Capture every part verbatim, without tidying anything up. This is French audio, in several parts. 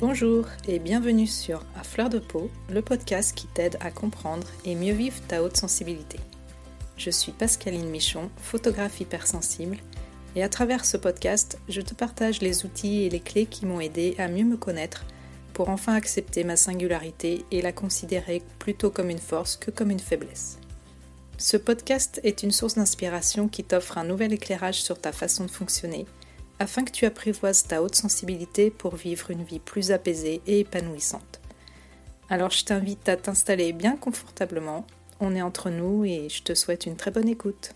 Bonjour et bienvenue sur À Fleur de Peau, le podcast qui t'aide à comprendre et mieux vivre ta haute sensibilité. Je suis Pascaline Michon, photographe hypersensible, et à travers ce podcast, je te partage les outils et les clés qui m'ont aidé à mieux me connaître pour enfin accepter ma singularité et la considérer plutôt comme une force que comme une faiblesse. Ce podcast est une source d'inspiration qui t'offre un nouvel éclairage sur ta façon de fonctionner, afin que tu apprivoises ta haute sensibilité pour vivre une vie plus apaisée et épanouissante. Alors je t'invite à t'installer bien confortablement, on est entre nous et je te souhaite une très bonne écoute.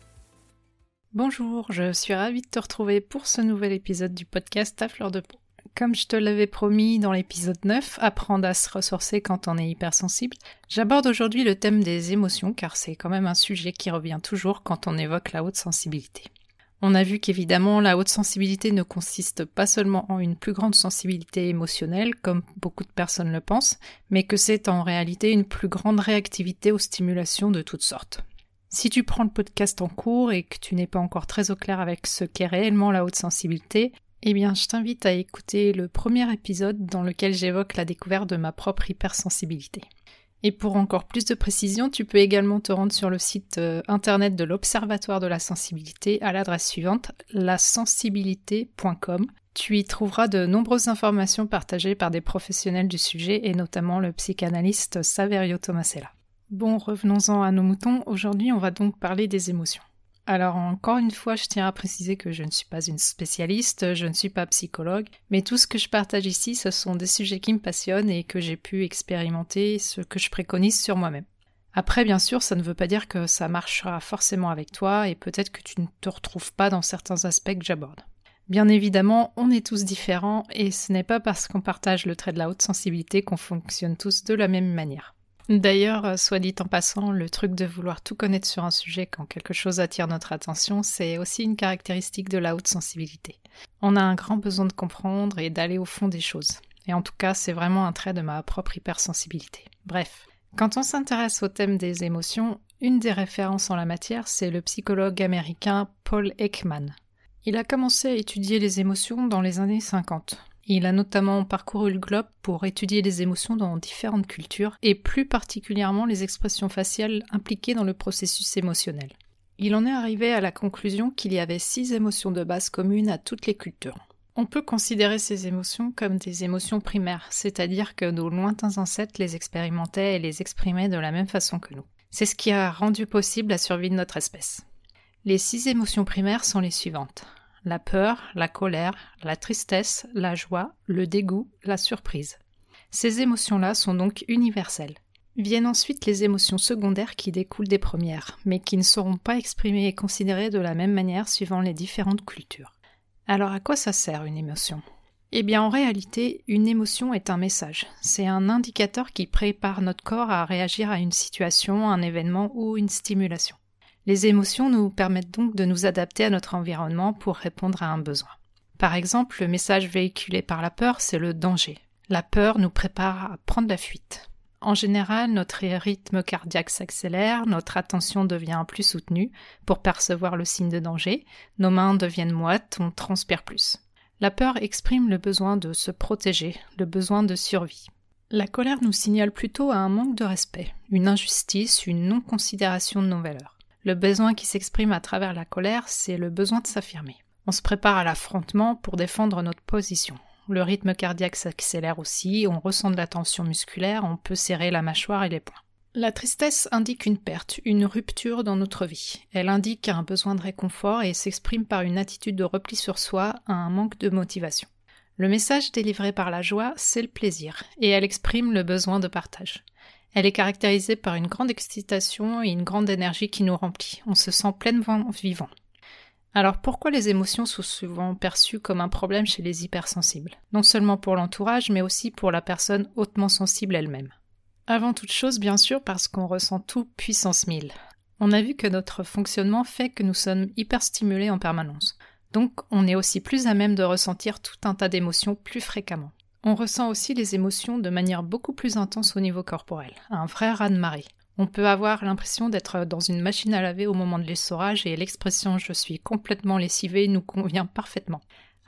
Bonjour, je suis ravie de te retrouver pour ce nouvel épisode du podcast À Fleur de Peau. Comme je te l'avais promis dans l'épisode neuf, apprendre à se ressourcer quand on est hypersensible, j'aborde aujourd'hui le thème des émotions car c'est quand même un sujet qui revient toujours quand on évoque la haute sensibilité. On a vu qu'évidemment, la haute sensibilité ne consiste pas seulement en une plus grande sensibilité émotionnelle, comme beaucoup de personnes le pensent, mais que c'est en réalité une plus grande réactivité aux stimulations de toutes sortes. Si tu prends le podcast en cours et que tu n'es pas encore très au clair avec ce qu'est réellement la haute sensibilité, eh bien, je t'invite à écouter le premier épisode dans lequel j'évoque la découverte de ma propre hypersensibilité. Et pour encore plus de précision, tu peux également te rendre sur le site euh, internet de l'Observatoire de la sensibilité à l'adresse suivante, la sensibilité point com. Tu y trouveras de nombreuses informations partagées par des professionnels du sujet et notamment le psychanalyste Saverio Tomasella. Bon, revenons-en à nos moutons. Aujourd'hui, on va donc parler des émotions. Alors encore une fois, je tiens à préciser que je ne suis pas une spécialiste, je ne suis pas psychologue, mais tout ce que je partage ici, ce sont des sujets qui me passionnent et que j'ai pu expérimenter, ce que je préconise sur moi-même. Après, bien sûr, ça ne veut pas dire que ça marchera forcément avec toi et peut-être que tu ne te retrouves pas dans certains aspects que j'aborde. Bien évidemment, on est tous différents et ce n'est pas parce qu'on partage le trait de la haute sensibilité qu'on fonctionne tous de la même manière. D'ailleurs, soit dit en passant, le truc de vouloir tout connaître sur un sujet quand quelque chose attire notre attention, c'est aussi une caractéristique de la haute sensibilité. On a un grand besoin de comprendre et d'aller au fond des choses. Et en tout cas, c'est vraiment un trait de ma propre hypersensibilité. Bref, quand on s'intéresse au thème des émotions, une des références en la matière, c'est le psychologue américain Paul Ekman. Il a commencé à étudier les émotions dans les années cinquante. Il a notamment parcouru le globe pour étudier les émotions dans différentes cultures et plus particulièrement les expressions faciales impliquées dans le processus émotionnel. Il en est arrivé à la conclusion qu'il y avait six émotions de base communes à toutes les cultures. On peut considérer ces émotions comme des émotions primaires, c'est-à-dire que nos lointains ancêtres les expérimentaient et les exprimaient de la même façon que nous. C'est ce qui a rendu possible la survie de notre espèce. Les six émotions primaires sont les suivantes. La peur, la colère, la tristesse, la joie, le dégoût, la surprise. Ces émotions-là sont donc universelles. Viennent ensuite les émotions secondaires qui découlent des premières, mais qui ne seront pas exprimées et considérées de la même manière suivant les différentes cultures. Alors à quoi ça sert une émotion ? Eh bien en réalité, une émotion est un message. C'est un indicateur qui prépare notre corps à réagir à une situation, un événement ou une stimulation. Les émotions nous permettent donc de nous adapter à notre environnement pour répondre à un besoin. Par exemple, le message véhiculé par la peur, c'est le danger. La peur nous prépare à prendre la fuite. En général, notre rythme cardiaque s'accélère, notre attention devient plus soutenue pour percevoir le signe de danger, nos mains deviennent moites, on transpire plus. La peur exprime le besoin de se protéger, le besoin de survie. La colère nous signale plutôt à un manque de respect, une injustice, une non-considération de nos valeurs. Le besoin qui s'exprime à travers la colère, c'est le besoin de s'affirmer. On se prépare à l'affrontement pour défendre notre position. Le rythme cardiaque s'accélère aussi, on ressent de la tension musculaire, on peut serrer la mâchoire et les poings. La tristesse indique une perte, une rupture dans notre vie. Elle indique un besoin de réconfort et s'exprime par une attitude de repli sur soi, un manque de motivation. Le message délivré par la joie, c'est le plaisir, et elle exprime le besoin de partage. Elle est caractérisée par une grande excitation et une grande énergie qui nous remplit. On se sent pleinement vivant. Alors pourquoi les émotions sont souvent perçues comme un problème chez les hypersensibles ? Non seulement pour l'entourage, mais aussi pour la personne hautement sensible elle-même. Avant toute chose, bien sûr, parce qu'on ressent tout puissance mille. On a vu que notre fonctionnement fait que nous sommes hyperstimulés en permanence. Donc on est aussi plus à même de ressentir tout un tas d'émotions plus fréquemment. On ressent aussi les émotions de manière beaucoup plus intense au niveau corporel, un vrai raz-de-marée. On peut avoir l'impression d'être dans une machine à laver au moment de l'essorage et l'expression « je suis complètement lessivé » nous convient parfaitement.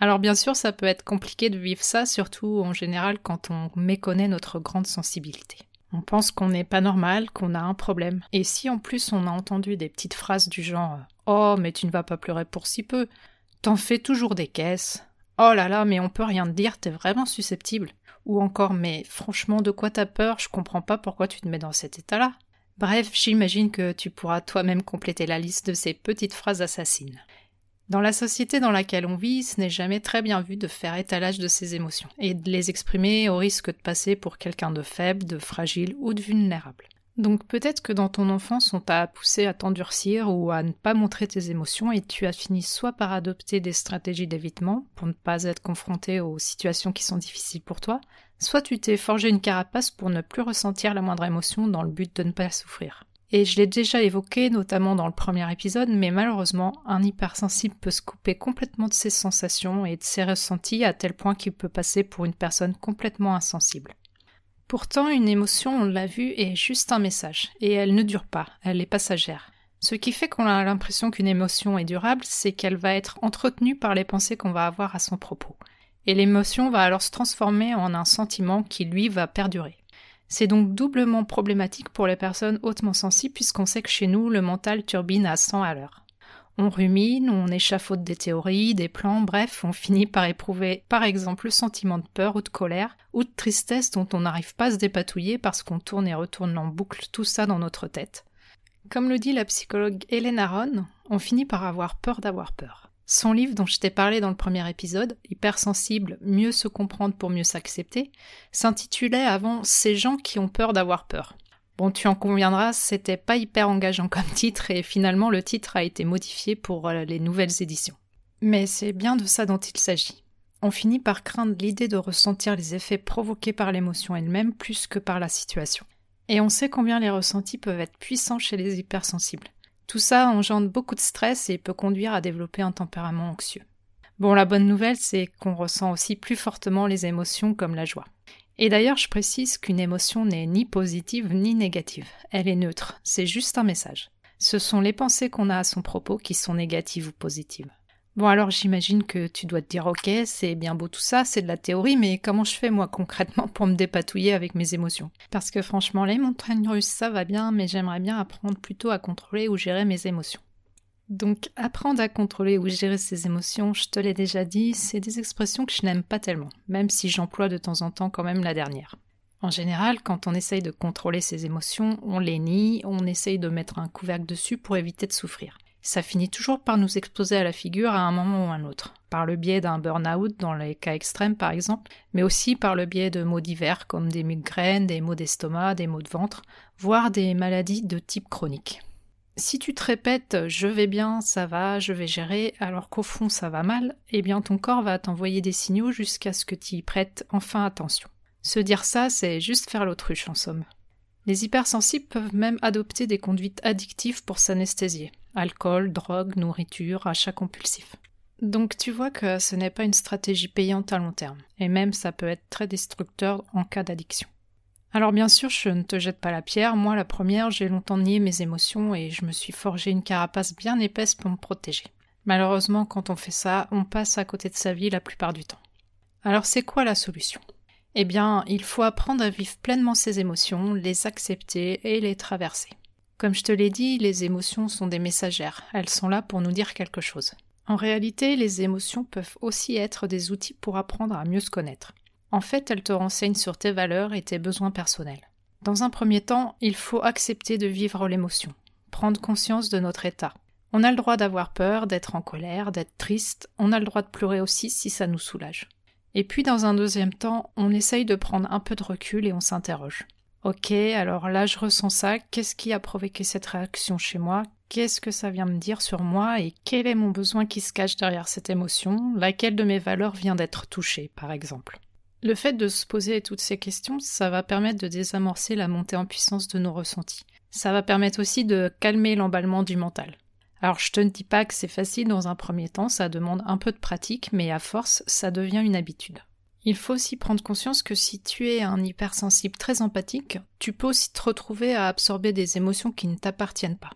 Alors bien sûr, ça peut être compliqué de vivre ça, surtout en général quand on méconnaît notre grande sensibilité. On pense qu'on n'est pas normal, qu'on a un problème. Et si en plus on a entendu des petites phrases du genre « Oh, mais tu ne vas pas pleurer pour si peu »,« T'en fais toujours des caisses »,« Oh là là, mais on peut rien te dire, t'es vraiment susceptible », ou encore « Mais franchement, de quoi t'as peur, je comprends pas pourquoi tu te mets dans cet état-là ». Bref, j'imagine que tu pourras toi-même compléter la liste de ces petites phrases assassines. Dans la société dans laquelle on vit, ce n'est jamais très bien vu de faire étalage de ses émotions et de les exprimer au risque de passer pour quelqu'un de faible, de fragile ou de vulnérable. Donc peut-être que dans ton enfance, on t'a poussé à t'endurcir ou à ne pas montrer tes émotions et tu as fini soit par adopter des stratégies d'évitement pour ne pas être confronté aux situations qui sont difficiles pour toi, soit tu t'es forgé une carapace pour ne plus ressentir la moindre émotion dans le but de ne pas souffrir. Et je l'ai déjà évoqué, notamment dans le premier épisode, mais malheureusement, un hypersensible peut se couper complètement de ses sensations et de ses ressentis à tel point qu'il peut passer pour une personne complètement insensible. Pourtant, une émotion, on l'a vu, est juste un message, et elle ne dure pas, elle est passagère. Ce qui fait qu'on a l'impression qu'une émotion est durable, c'est qu'elle va être entretenue par les pensées qu'on va avoir à son propos. Et l'émotion va alors se transformer en un sentiment qui, lui, va perdurer. C'est donc doublement problématique pour les personnes hautement sensibles puisqu'on sait que chez nous, le mental turbine à cent à l'heure. On rumine, on échafaude des théories, des plans, bref, on finit par éprouver par exemple le sentiment de peur ou de colère ou de tristesse dont on n'arrive pas à se dépatouiller parce qu'on tourne et retourne en boucle tout ça dans notre tête. Comme le dit la psychologue Hélène Aron, on finit par avoir peur d'avoir peur. Son livre dont je t'ai parlé dans le premier épisode, Hypersensible, mieux se comprendre pour mieux s'accepter, s'intitulait avant « Ces gens qui ont peur d'avoir peur ». Bon, tu en conviendras, c'était pas hyper engageant comme titre et finalement le titre a été modifié pour les nouvelles éditions. Mais c'est bien de ça dont il s'agit. On finit par craindre l'idée de ressentir les effets provoqués par l'émotion elle-même plus que par la situation. Et on sait combien les ressentis peuvent être puissants chez les hypersensibles. Tout ça engendre beaucoup de stress et peut conduire à développer un tempérament anxieux. Bon, la bonne nouvelle, c'est qu'on ressent aussi plus fortement les émotions comme la joie. Et d'ailleurs, je précise qu'une émotion n'est ni positive ni négative. Elle est neutre, c'est juste un message. Ce sont les pensées qu'on a à son propos qui sont négatives ou positives. Bon, alors j'imagine que tu dois te dire « Ok, c'est bien beau tout ça, c'est de la théorie, mais comment je fais moi concrètement pour me dépatouiller avec mes émotions ?» Parce que franchement, les montagnes russes, ça va bien, mais j'aimerais bien apprendre plutôt à contrôler ou gérer mes émotions. Donc, apprendre à contrôler ou gérer ses émotions, je te l'ai déjà dit, c'est des expressions que je n'aime pas tellement, même si j'emploie de temps en temps quand même la dernière. En général, quand on essaye de contrôler ses émotions, on les nie, on essaye de mettre un couvercle dessus pour éviter de souffrir. Ça finit toujours par nous exploser à la figure à un moment ou un autre, par le biais d'un burn-out dans les cas extrêmes par exemple, mais aussi par le biais de maux divers comme des migraines, des maux d'estomac, des maux de ventre, voire des maladies de type chronique. Si tu te répètes « je vais bien, ça va, je vais gérer » alors qu'au fond ça va mal, eh bien ton corps va t'envoyer des signaux jusqu'à ce que tu y prêtes enfin attention. Se dire ça, c'est juste faire l'autruche en somme. Les hypersensibles peuvent même adopter des conduites addictives pour s'anesthésier. Alcool, drogue, nourriture, achat compulsif. Donc tu vois que ce n'est pas une stratégie payante à long terme, et même ça peut être très destructeur en cas d'addiction. Alors bien sûr, je ne te jette pas la pierre, moi la première, j'ai longtemps nié mes émotions et je me suis forgé une carapace bien épaisse pour me protéger. Malheureusement, quand on fait ça, on passe à côté de sa vie la plupart du temps. Alors c'est quoi la solution ? Eh bien, il faut apprendre à vivre pleinement ses émotions, les accepter et les traverser. Comme je te l'ai dit, les émotions sont des messagères, elles sont là pour nous dire quelque chose. En réalité, les émotions peuvent aussi être des outils pour apprendre à mieux se connaître. En fait, elles te renseignent sur tes valeurs et tes besoins personnels. Dans un premier temps, il faut accepter de vivre l'émotion, prendre conscience de notre état. On a le droit d'avoir peur, d'être en colère, d'être triste, on a le droit de pleurer aussi si ça nous soulage. Et puis dans un deuxième temps, on essaye de prendre un peu de recul et on s'interroge. Ok, alors là je ressens ça, qu'est-ce qui a provoqué cette réaction chez moi ? Qu'est-ce que ça vient me dire sur moi et quel est mon besoin qui se cache derrière cette émotion ? Laquelle de mes valeurs vient d'être touchée, par exemple ? Le fait de se poser toutes ces questions, ça va permettre de désamorcer la montée en puissance de nos ressentis. Ça va permettre aussi de calmer l'emballement du mental. Alors je te ne dis pas que c'est facile dans un premier temps, ça demande un peu de pratique, mais à force, ça devient une habitude. Il faut aussi prendre conscience que si tu es un hypersensible très empathique, tu peux aussi te retrouver à absorber des émotions qui ne t'appartiennent pas.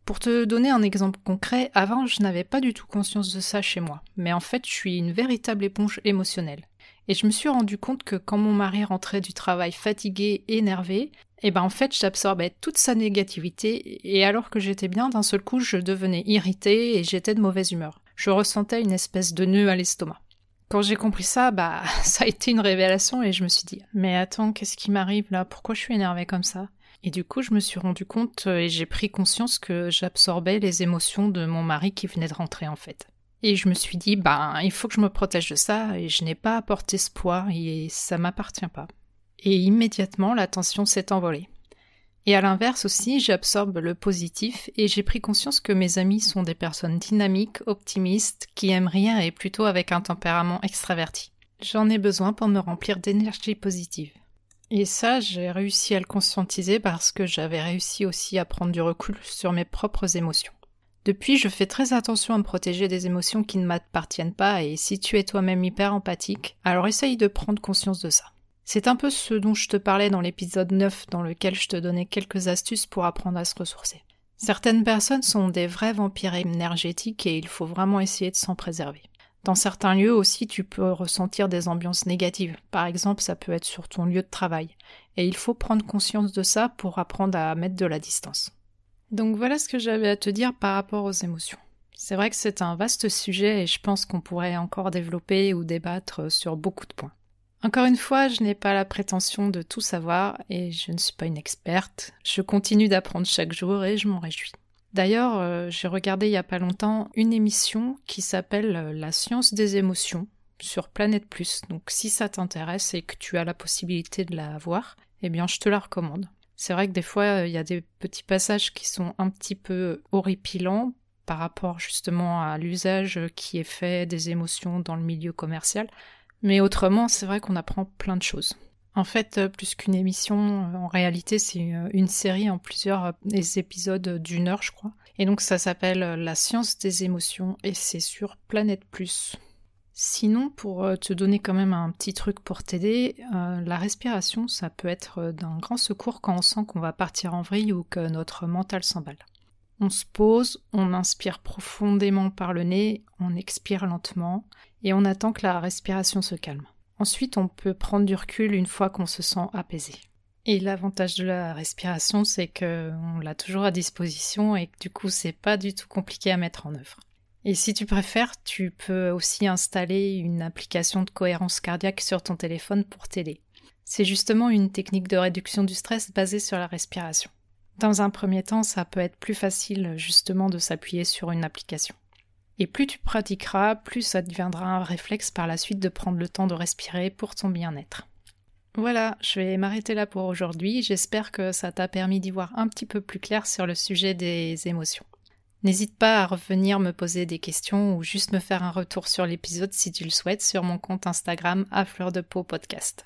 Pour te donner un exemple concret, avant je n'avais pas du tout conscience de ça chez moi, mais en fait je suis une véritable éponge émotionnelle. Et je me suis rendu compte que quand mon mari rentrait du travail fatigué, énervé, et ben en fait j'absorbais toute sa négativité, et alors que j'étais bien, d'un seul coup je devenais irritée et j'étais de mauvaise humeur. Je ressentais une espèce de nœud à l'estomac. Quand j'ai compris ça, bah ça a été une révélation et je me suis dit « Mais attends, qu'est-ce qui m'arrive là? Pourquoi je suis énervée comme ça ?» Et du coup, je me suis rendu compte et j'ai pris conscience que j'absorbais les émotions de mon mari qui venait de rentrer en fait. Et je me suis dit, ben, il faut que je me protège de ça et je n'ai pas à porter ce poids et ça m'appartient pas. Et immédiatement, la tension s'est envolée. Et à l'inverse aussi, j'absorbe le positif et j'ai pris conscience que mes amis sont des personnes dynamiques, optimistes, qui aiment rire et plutôt avec un tempérament extraverti. J'en ai besoin pour me remplir d'énergie positive. Et ça, j'ai réussi à le conscientiser parce que j'avais réussi aussi à prendre du recul sur mes propres émotions. Depuis, je fais très attention à me protéger des émotions qui ne m'appartiennent pas et si tu es toi-même hyper empathique, alors essaye de prendre conscience de ça. C'est un peu ce dont je te parlais dans l'épisode neuf dans lequel je te donnais quelques astuces pour apprendre à se ressourcer. Certaines personnes sont des vrais vampires énergétiques et il faut vraiment essayer de s'en préserver. Dans certains lieux aussi, tu peux ressentir des ambiances négatives. Par exemple, ça peut être sur ton lieu de travail. Et il faut prendre conscience de ça pour apprendre à mettre de la distance. Donc voilà ce que j'avais à te dire par rapport aux émotions. C'est vrai que c'est un vaste sujet et je pense qu'on pourrait encore développer ou débattre sur beaucoup de points. Encore une fois, je n'ai pas la prétention de tout savoir et je ne suis pas une experte. Je continue d'apprendre chaque jour et je m'en réjouis. D'ailleurs, euh, j'ai regardé il y a pas longtemps une émission qui s'appelle euh, La science des émotions sur Planète Plus. Donc si ça t'intéresse et que tu as la possibilité de la voir, eh bien je te la recommande. C'est vrai que des fois, il euh, y a des petits passages qui sont un petit peu horripilants par rapport justement à l'usage qui est fait des émotions dans le milieu commercial. Mais autrement, c'est vrai qu'on apprend plein de choses. En fait, plus qu'une émission, en réalité, c'est une série en plusieurs épisodes d'une heure, je crois. Et donc, ça s'appelle La science des émotions et c'est sur Planète Plus. Sinon, pour te donner quand même un petit truc pour t'aider, euh, la respiration, ça peut être d'un grand secours quand on sent qu'on va partir en vrille ou que notre mental s'emballe. On se pose, on inspire profondément par le nez, on expire lentement et on attend que la respiration se calme. Ensuite, on peut prendre du recul une fois qu'on se sent apaisé. Et l'avantage de la respiration, c'est qu'on l'a toujours à disposition et que du coup, c'est pas du tout compliqué à mettre en œuvre. Et si tu préfères, tu peux aussi installer une application de cohérence cardiaque sur ton téléphone pour t'aider. C'est justement une technique de réduction du stress basée sur la respiration. Dans un premier temps, ça peut être plus facile justement de s'appuyer sur une application. Et plus tu pratiqueras, plus ça deviendra un réflexe par la suite de prendre le temps de respirer pour ton bien-être. Voilà, je vais m'arrêter là pour aujourd'hui. J'espère que ça t'a permis d'y voir un petit peu plus clair sur le sujet des émotions. N'hésite pas à revenir me poser des questions ou juste me faire un retour sur l'épisode si tu le souhaites sur mon compte Instagram à fleur de peau podcast.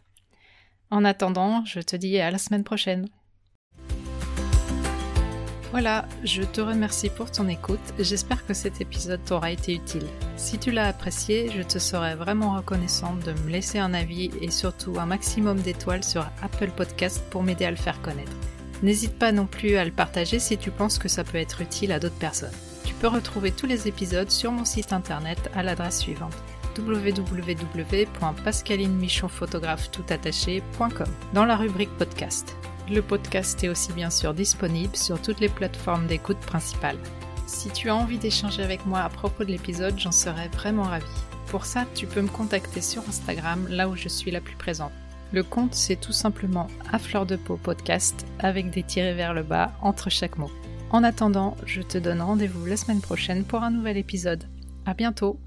En attendant, je te dis à la semaine prochaine. Voilà, je te remercie pour ton écoute, j'espère que cet épisode t'aura été utile. Si tu l'as apprécié, je te serais vraiment reconnaissante de me laisser un avis et surtout un maximum d'étoiles sur Apple Podcast pour m'aider à le faire connaître. N'hésite pas non plus à le partager si tu penses que ça peut être utile à d'autres personnes. Tu peux retrouver tous les épisodes sur mon site internet à l'adresse suivante w w w point pascaline michon photographe tout attaché point com dans la rubrique podcast. Le podcast est aussi bien sûr disponible sur toutes les plateformes d'écoute principales. Si tu as envie d'échanger avec moi à propos de l'épisode, j'en serais vraiment ravie. Pour ça, tu peux me contacter sur Instagram, là où je suis la plus présente. Le compte, c'est tout simplement à fleur de peau podcast, avec des tirés vers le bas entre chaque mot. En attendant, je te donne rendez-vous la semaine prochaine pour un nouvel épisode. À bientôt!